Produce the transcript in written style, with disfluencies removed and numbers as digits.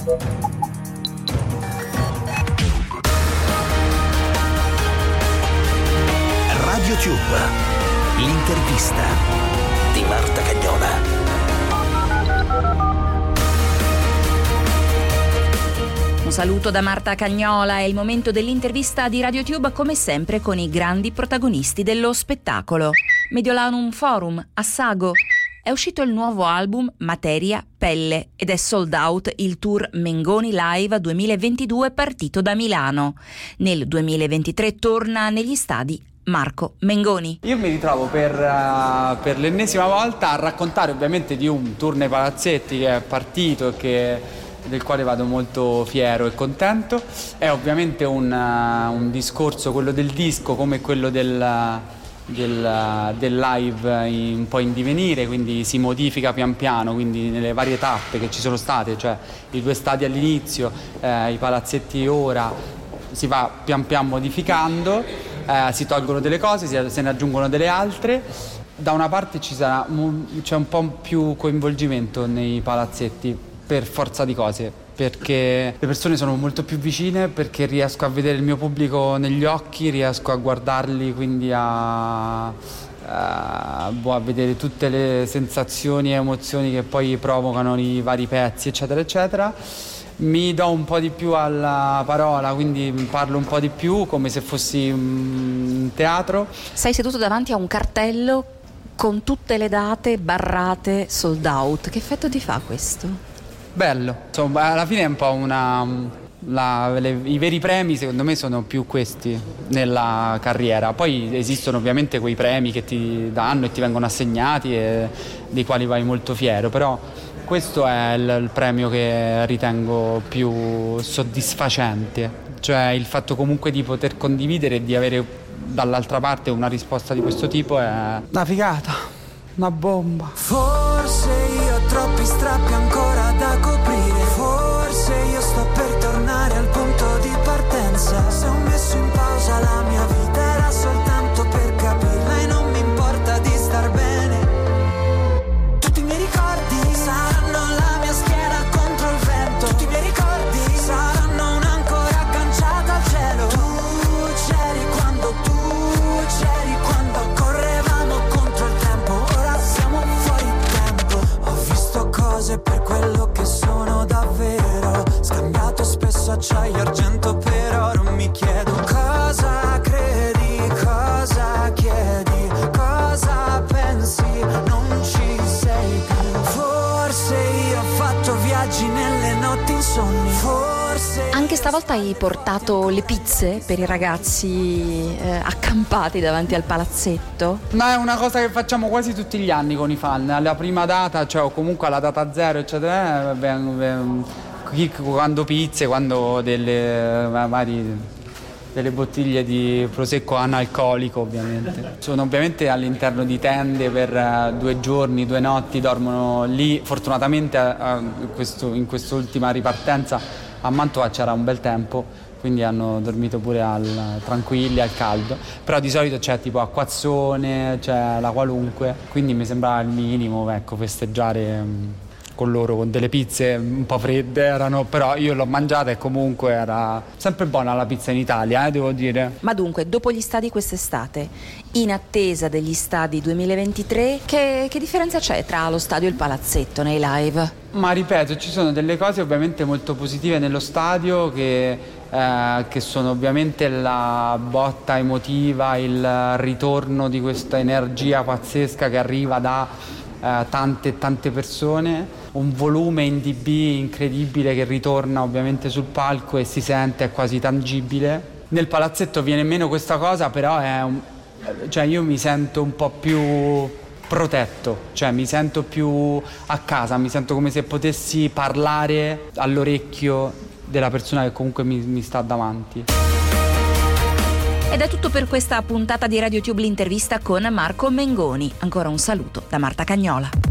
Radio Tube, l'intervista di Marta Cagnola. Un saluto da Marta Cagnola, è il momento dell'intervista di Radio Tube, come sempre con i grandi protagonisti dello spettacolo. Mediolanum Forum, a Sago. È uscito il nuovo album Materia Pelle ed è sold out il tour Mengoni Live 2022 partito da Milano. Nel 2023 torna negli stadi Marco Mengoni. Io mi ritrovo per l'ennesima volta a raccontare ovviamente di un tour nei palazzetti che è partito e del quale vado molto fiero e contento. È ovviamente un discorso, quello del disco, come quello del live un po' in divenire, quindi si modifica pian piano, quindi nelle varie tappe che ci sono state, cioè i 2 stadi all'inizio, i palazzetti ora, si va pian piano modificando, si tolgono delle cose, se ne aggiungono delle altre. Da una parte c'è un po' più coinvolgimento nei palazzetti per forza di cose, perché le persone sono molto più vicine, perché riesco a vedere il mio pubblico negli occhi, riesco a guardarli, quindi a vedere tutte le sensazioni e emozioni che poi provocano i vari pezzi, eccetera eccetera. Mi do un po' di più alla parola, quindi parlo un po' di più come se fossi in teatro. Sei seduto davanti a un cartello con tutte le date barrate sold out. Che effetto ti fa questo? Bello, insomma, alla fine è un po' i veri premi secondo me sono più questi nella carriera. Poi esistono ovviamente quei premi che ti danno e ti vengono assegnati e dei quali vai molto fiero, però questo è il premio che ritengo più soddisfacente, cioè il fatto comunque di poter condividere e di avere dall'altra parte una risposta di questo tipo è una figata, una bomba. Forse io ho troppi strappi ancora da coprire, forse io sto per tornare al punto di partenza. Se ho messo in pausa la mia vita era soltanto per capirla e non mi importa di star bene. Tutti i miei ricordi saranno la mia schiena contro il vento, tutti i miei ricordi saranno un'ancora agganciata al cielo. Tu c'eri quando correvamo contro il tempo, ora siamo fuori tempo. Ho visto cose per quello che sono davvero, scambiato spesso acciaio e argento per oro. Mi chiedo cosa credi, cosa chiedi, cosa pensi, non ci sei più. Forse io ho fatto viaggi nelle notti insonni, forse. Anche stavolta hai portato le pizze per i ragazzi accampati davanti al palazzetto? Ma è una cosa che facciamo quasi tutti gli anni con i fan. Alla prima data, cioè o comunque alla data 0, eccetera, quando pizze, quando delle bottiglie di prosecco analcolico, ovviamente. Sono ovviamente all'interno di tende per 2 giorni, 2 notti, dormono lì. Fortunatamente in quest'ultima ripartenza a Mantova c'era un bel tempo, quindi hanno dormito pure tranquilli, al caldo. Però di solito c'è tipo acquazzone, c'è la qualunque, quindi mi sembrava il minimo, ecco, festeggiare con loro, con delle pizze un po' fredde erano, però io l'ho mangiata e comunque era sempre buona la pizza in Italia, devo dire. Ma dunque, dopo gli stadi quest'estate, in attesa degli stadi 2023, che differenza c'è tra lo stadio e il palazzetto nei live? Ma ripeto, ci sono delle cose ovviamente molto positive nello stadio che sono ovviamente la botta emotiva, il ritorno di questa energia pazzesca che arriva da tante persone, un volume in dB incredibile che ritorna ovviamente sul palco e si sente, è quasi tangibile. Nel palazzetto viene meno questa cosa, però cioè io mi sento un po' più protetto, cioè mi sento più a casa, mi sento come se potessi parlare all'orecchio della persona che comunque mi sta davanti. Ed è tutto per questa puntata di Radio Tube, l'intervista con Marco Mengoni. Ancora un saluto da Marta Cagnola.